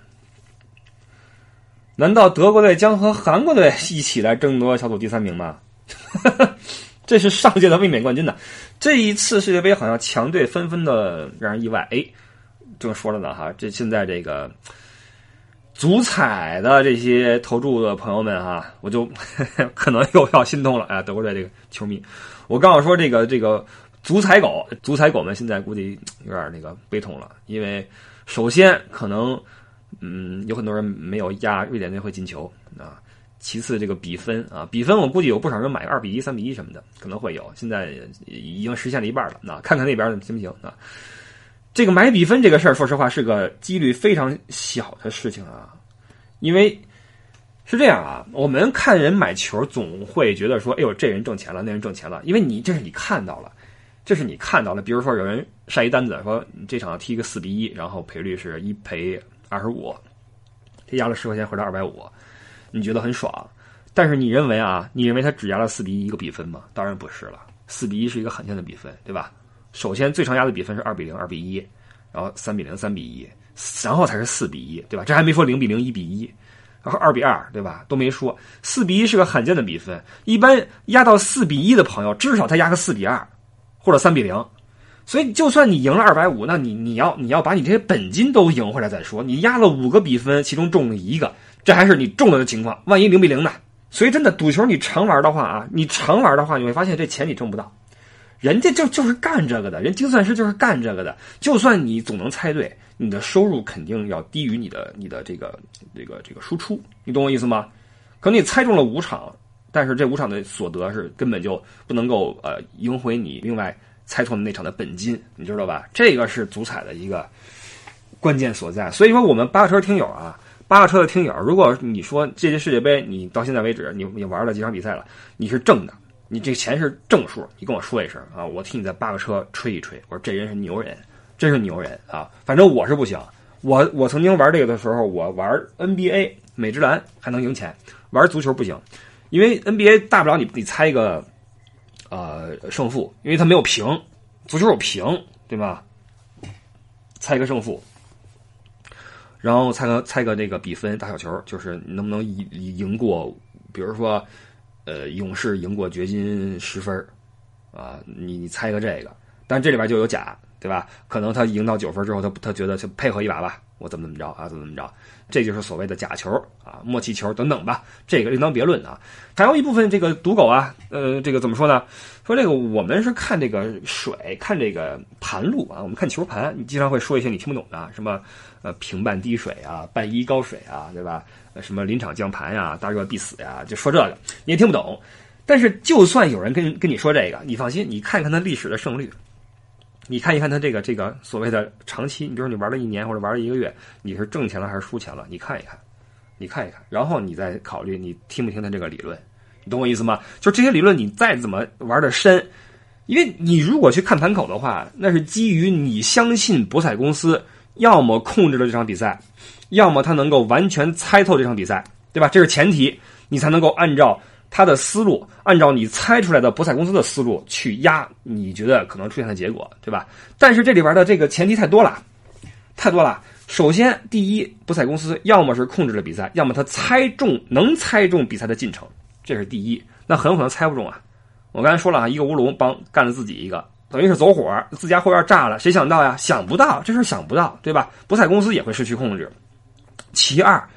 难道德国队将和韩国队一起来争夺小组第3名吗？这是上届的卫冕冠军的，这一次世界杯好像强队纷纷的让人意外。哎，正说了呢哈，这现在这个足彩的这些投注的朋友们哈，我就可能又要心动了啊！德国队这个球迷，我刚好说这个足彩狗们现在估计有点那个悲痛了，因为首先可能有很多人没有压瑞典队会进球啊。其次这个比分我估计有不少人买个2比1、3比1什么的，可能会有，现在已经实现了一半了。那看看那边行不行啊？这个买比分这个事儿，说实话是个几率非常小的事情啊，因为是这样啊，我们看人买球总会觉得说，哎呦，这人挣钱了，那人挣钱了，因为这是你看到了。比如说有人晒一单子说你这场踢个4比1，然后赔率是1赔25，这压了10块钱回来250。你觉得很爽，但是你认为他只压了4比1一个比分吗？当然不是了，4比1是一个罕见的比分，对吧？首先最常压的比分是2比0、2比1，然后3比0、3比1，然后才是4比1，对吧？这还没说0比0、1比1，然后2比2，对吧？都没说。4比1是个罕见的比分，一般压到4比1的朋友，至少他压个4比2或者3比0。所以就算你赢了250，那你要把你这些本金都赢回来再说。你压了5个比分，其中中了1个。这还是你中了的情况，万一0比0呢？所以真的赌球你常玩的话你会发现这钱你挣不到。人家就是干这个的，人精算师就是干这个的。就算你总能猜对，你的收入肯定要低于你的这个输出，你懂我意思吗？可能你猜中了5场，但是这5场的所得是根本就不能够赢回你另外猜错的那场的本金，你知道吧？这个是足彩的一个关键所在。所以说我们八个车听友的听友，如果你说这届世界杯你到现在为止你玩了几场比赛了，你是正的，你这钱是正数，你跟我说一声啊，我替你在八个车吹一吹，我说这人是牛人，真是牛人啊！反正我是不行，我曾经玩这个的时候，我玩 NBA 美职篮还能赢钱，玩足球不行，因为 NBA 大不了你猜一个胜负，因为它没有平，足球有平，对吧？猜个胜负。然后猜个这个比分大小球，就是你能不能赢过，比如说，勇士赢过掘金10分啊，你猜个这个，但这里边就有假，对吧？可能他赢到9分之后，他觉得就配合一把吧，我怎么着啊，怎么着，这就是所谓的假球啊、默契球等等吧，这个另当别论啊。还有一部分这个赌狗啊，这个怎么说呢？说这个我们是看这个水，看这个盘路啊，我们看球盘，你经常会说一些你听不懂的，什么平半低水啊，半一高水啊，对吧？什么临场降盘呀，大热必死呀，就说这个你也听不懂。但是就算有人跟你说这个，你放心，你看一看他历史的胜率，你看一看他这个所谓的长期，你比如说你玩了1年或者玩了1个月，你是挣钱了还是输钱了？你看一看，然后你再考虑你听不听他这个理论，你懂我意思吗？就这些理论你再怎么玩的深，因为你如果去看盘口的话，那是基于你相信博彩公司要么控制了这场比赛，要么他能够完全猜透这场比赛，对吧？这是前提，你才能够按照他的思路，按照你猜出来的博彩公司的思路去压你觉得可能出现的结果，对吧？但是这里边的这个前提太多了。首先，第一，博彩公司要么是控制了比赛，要么他能猜中比赛的进程，这是第一。那很有可能猜不中啊。我刚才说了啊，一个乌龙帮干了自己一个，等于是走火，自家后院炸了，谁想到呀？想不到，这事想不到，对吧？博彩公司也会失去控制。其二，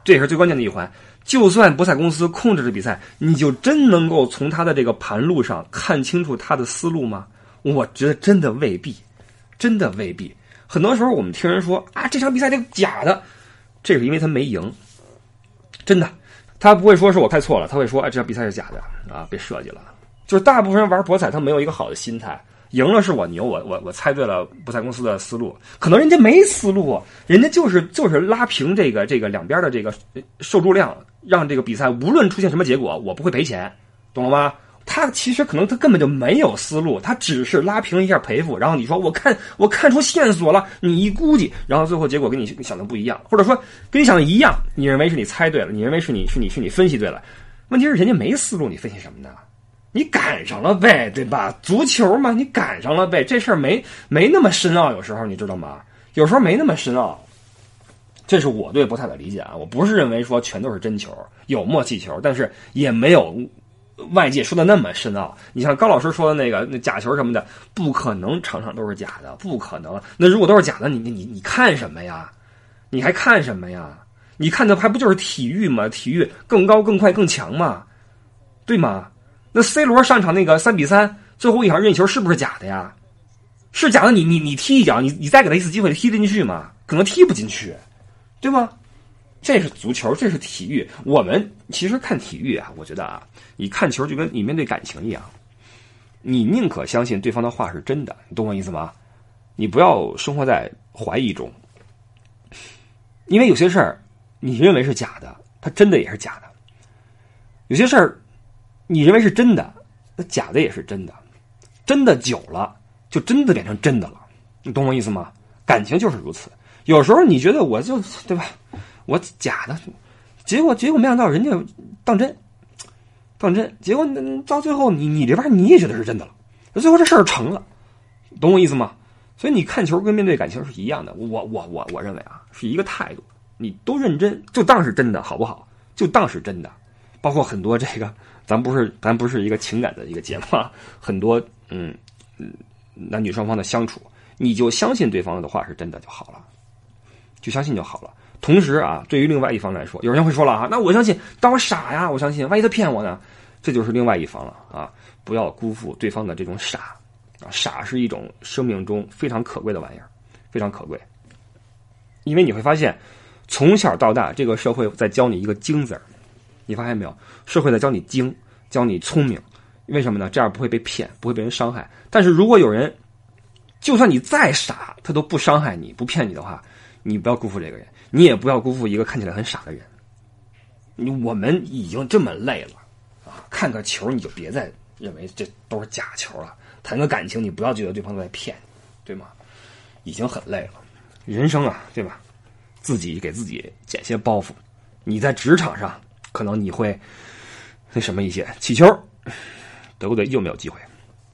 这也是最关键的一环。就算博彩公司控制着比赛，你就真能够从他的这个盘路上看清楚他的思路吗？我觉得真的未必，真的未必。很多时候我们听人说啊，这场比赛这个假的，这是因为他没赢，真的，他不会说是我看错了，他会说，哎，这场比赛是假的啊，被设计了。就是大部分人玩博彩，他没有一个好的心态，赢了是我牛，我猜对了博彩公司的思路，可能人家没思路，人家就是拉平这个两边的这个受注量，让这个比赛无论出现什么结果，我不会赔钱，懂了吗？他其实可能他根本就没有思路，他只是拉平一下赔付，然后你说我看出线索了，你一估计，然后最后结果跟你想的不一样，或者说跟你想的一样，你认为是你猜对了，你认为是你分析对了，问题是人家没思路，你分析什么呢？你赶上了呗，对吧？足球嘛，你赶上了呗，这事儿没那么深奥，有时候你知道吗？有时候没那么深奥。这是我对博彩的理解啊，我不是认为说全都是真球，有默契球，但是也没有外界说的那么深奥。你像高老师说的那假球什么的，不可能场场都是假的，不可能。那如果都是假的，你看什么呀？你还看什么呀？你看的还不就是体育吗？体育更高更快更强嘛，对吗？那 C 罗上场那个3-3最后一场任意球是不是假的呀？是假的，你踢一脚，你再给他一次机会踢得进去吗？可能踢不进去，对吗？这是足球，这是体育。我们其实看体育啊，我觉得啊，你看球就跟你面对感情一样，你宁可相信对方的话是真的，你懂我意思吗？你不要生活在怀疑中，因为有些事儿你认为是假的，它真的也是假的；有些事儿你认为是真的，那假的也是真的。真的久了，就真的变成真的了，你懂我意思吗？感情就是如此。有时候你觉得我就对吧，我假的，结果没想到人家当真，结果到最后你这边你也觉得是真的了，最后这事儿成了，懂我意思吗？所以你看球跟面对感情是一样的，我认为啊是一个态度，你都认真就当是真的，好不好？就当是真的。包括很多这个，咱不是一个情感的一个节目啊，很多男女双方的相处，你就相信对方的话是真的就好了，就相信就好了。同时啊，对于另外一方来说，有人会说了啊，那我相信，但我傻呀，我相信，万一他骗我呢？这就是另外一方了啊！不要辜负对方的这种傻啊，傻是一种生命中非常可贵的玩意儿，非常可贵。因为你会发现，从小到大，这个社会在教你一个精字儿。你发现没有？社会在教你精，教你聪明，为什么呢？这样不会被骗，不会被人伤害。但是如果有人，就算你再傻，他都不伤害你，不骗你的话，你不要辜负这个人，你也不要辜负一个看起来很傻的人。我们已经这么累了啊，看个球你就别再认为这都是假球了，谈个感情你不要觉得对方在骗你，对吗？已经很累了，人生啊，对吧？自己给自己减些包袱。你在职场上。可能你会那什么一些起球，德国队又没有机会。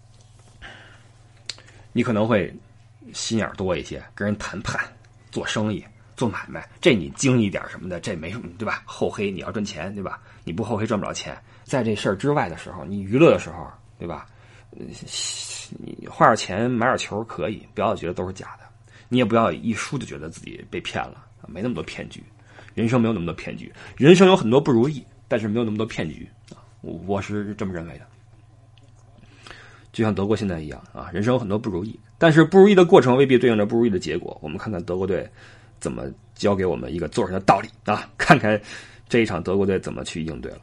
你可能会心眼多一些，跟人谈判、做生意、做买卖，这你精一点什么的，这没什么，对吧？厚黑你要赚钱，对吧？你不厚黑赚不了钱。在这事儿之外的时候，你娱乐的时候，对吧？你花点钱买点球可以，不要觉得都是假的。你也不要一输就觉得自己被骗了，没那么多骗局。人生没有那么多骗局，人生有很多不如意，但是没有那么多骗局啊！我是这么认为的。就像德国现在一样啊，人生有很多不如意，但是不如意的过程未必对应着不如意的结果。我们看看德国队怎么教给我们一个做人的道理啊！看看这一场德国队怎么去应对了。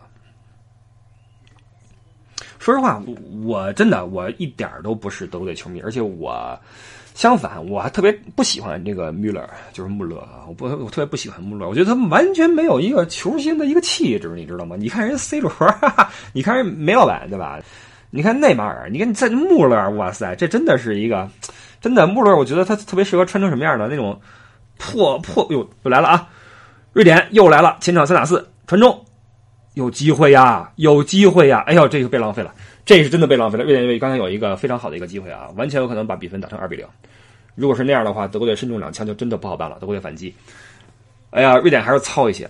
说实话，我真的我一点都不是德国队球迷，而且相反，我还特别不喜欢这个穆勒，就是穆勒啊！我特别不喜欢穆勒，我觉得他完全没有一个球星的一个气质，你知道吗？你看人 C 罗，你看人梅老板，对吧？你看内马尔，你看在穆勒，哇塞，这真的是一个真的穆勒，我觉得他特别适合穿成什么样的那种破，又来了啊！瑞典又来了，前场3打4传中，有机会呀！哎呦，这个被浪费了。这是真的被浪费了。瑞典队刚才有一个非常好的一个机会啊，完全有可能把比分打成2-0。如果是那样的话，德国队身中2枪就真的不好办了。德国队反击，哎呀，瑞典还是糙一些。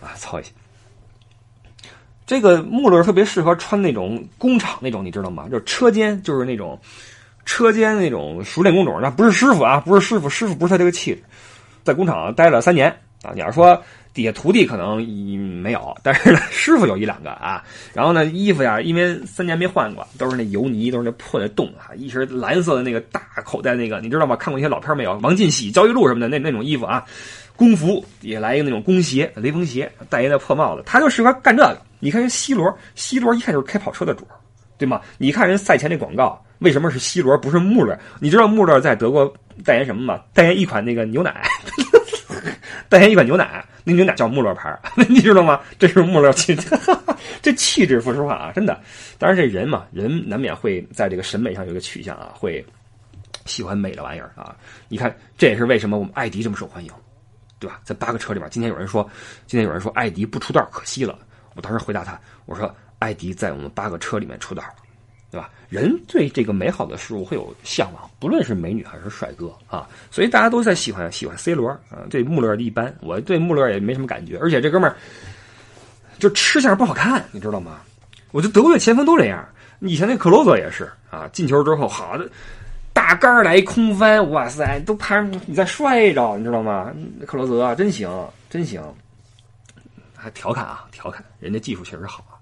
这个穆勒特别适合穿那种工厂那种，你知道吗？就是车间，就是那种熟练工种，那不是师傅啊，师傅不是他这个气质。在工厂待了3年啊，你要说底下徒弟可能没有，但是呢，师傅有1、2个啊。然后呢，衣服呀，因为3年没换过，都是那油泥，都是那破的洞啊。一身蓝色的那个大口袋那个，你知道吗？看过一些老片没有？王进喜、焦裕禄什么的那种衣服啊，工服也来一个那种工鞋、雷锋鞋，戴一个破帽子，他就适合干这个。你看人C罗一看就是开跑车的主，对吗？你看人赛前那广告，为什么是C罗不是穆勒？你知道穆勒在德国代言什么吗？代言一款那个牛奶。代言一款牛奶，那牛奶叫穆勒牌，你知道吗？这是穆勒气质，这气质，说实话啊，真的。当然，这人嘛，人难免会在这个审美上有一个取向啊，会喜欢美的玩意儿啊。你看，这也是为什么我们艾迪这么受欢迎，对吧？在8个车里边，今天有人说艾迪不出道可惜了，我当时回答他，我说艾迪在我们8个车里面出道。对吧？人对这个美好的事物会有向往，不论是美女还是帅哥啊，所以大家都在喜欢 C 罗啊。对穆勒一般，我对穆勒也没什么感觉，而且这哥们儿就吃相不好看，你知道吗？我觉得德国队前锋都这样，以前那克罗泽也是啊，进球之后好的大杆来一空翻，哇塞，都怕你再摔着，你知道吗？克罗泽真行，还调侃，人家技术确实好啊，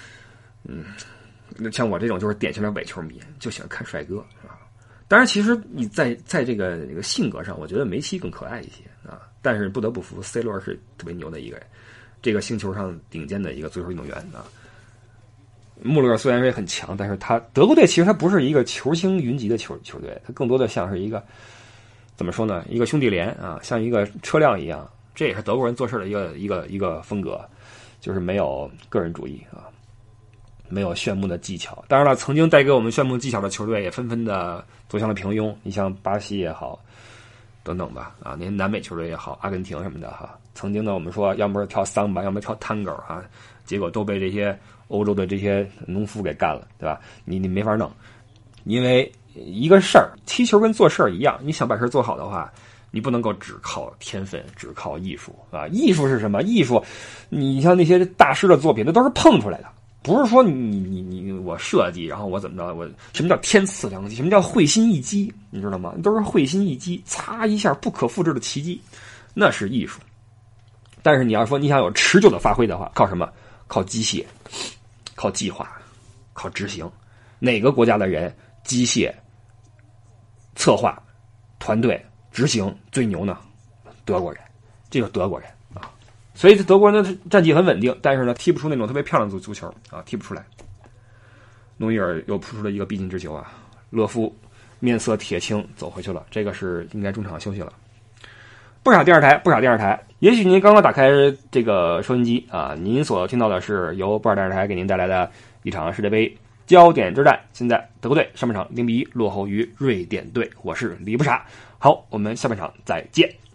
像我这种就是典型的伪球迷，就喜欢看帅哥啊。当然，其实你在这个性格上，我觉得梅西更可爱一些啊。但是不得不服 ，C 罗是特别牛的一个，这个星球上顶尖的一个足球运动员啊。穆勒虽然也很强，但是他德国队其实他不是一个球星云集的球队，他更多的像是一个怎么说呢？一个兄弟连啊，像一个车辆一样。这也是德国人做事的一个风格，就是没有个人主义啊。没有炫目的技巧，当然了，曾经带给我们炫目技巧的球队也纷纷的走向了平庸。你像巴西也好，等等吧，啊，那些南美球队也好，阿根廷什么的哈，曾经呢我们说要么是跳桑巴，要么跳探戈啊，结果都被这些欧洲的这些农夫给干了，对吧？你没法弄，因为一个事儿，踢球跟做事儿一样，你想把事做好的话，你不能够只靠天分，只靠艺术啊！艺术是什么？艺术，你像那些大师的作品，那都是碰出来的。不是说你我设计，然后我怎么着？我什么叫天赐良机？什么叫会心一击？你知道吗？都是会心一击，擦一下不可复制的奇迹，那是艺术。但是你要说你想有持久的发挥的话，靠什么？靠机械，靠计划，靠执行。哪个国家的人机械、策划、团队执行最牛呢？德国人，这就是德国人。所以德国人的战绩很稳定，但是呢，踢不出那种特别漂亮的足球啊，踢不出来。诺伊尔又扑出了一个必进之球啊，勒夫面色铁青走回去了，这个是应该中场休息了。不傻电视台，也许您刚刚打开这个收音机啊，您所听到的是由不傻电视台给您带来的一场世界杯焦点之战。现在德国队上半场0-1落后于瑞典队，我是李不傻。好，我们下半场再见。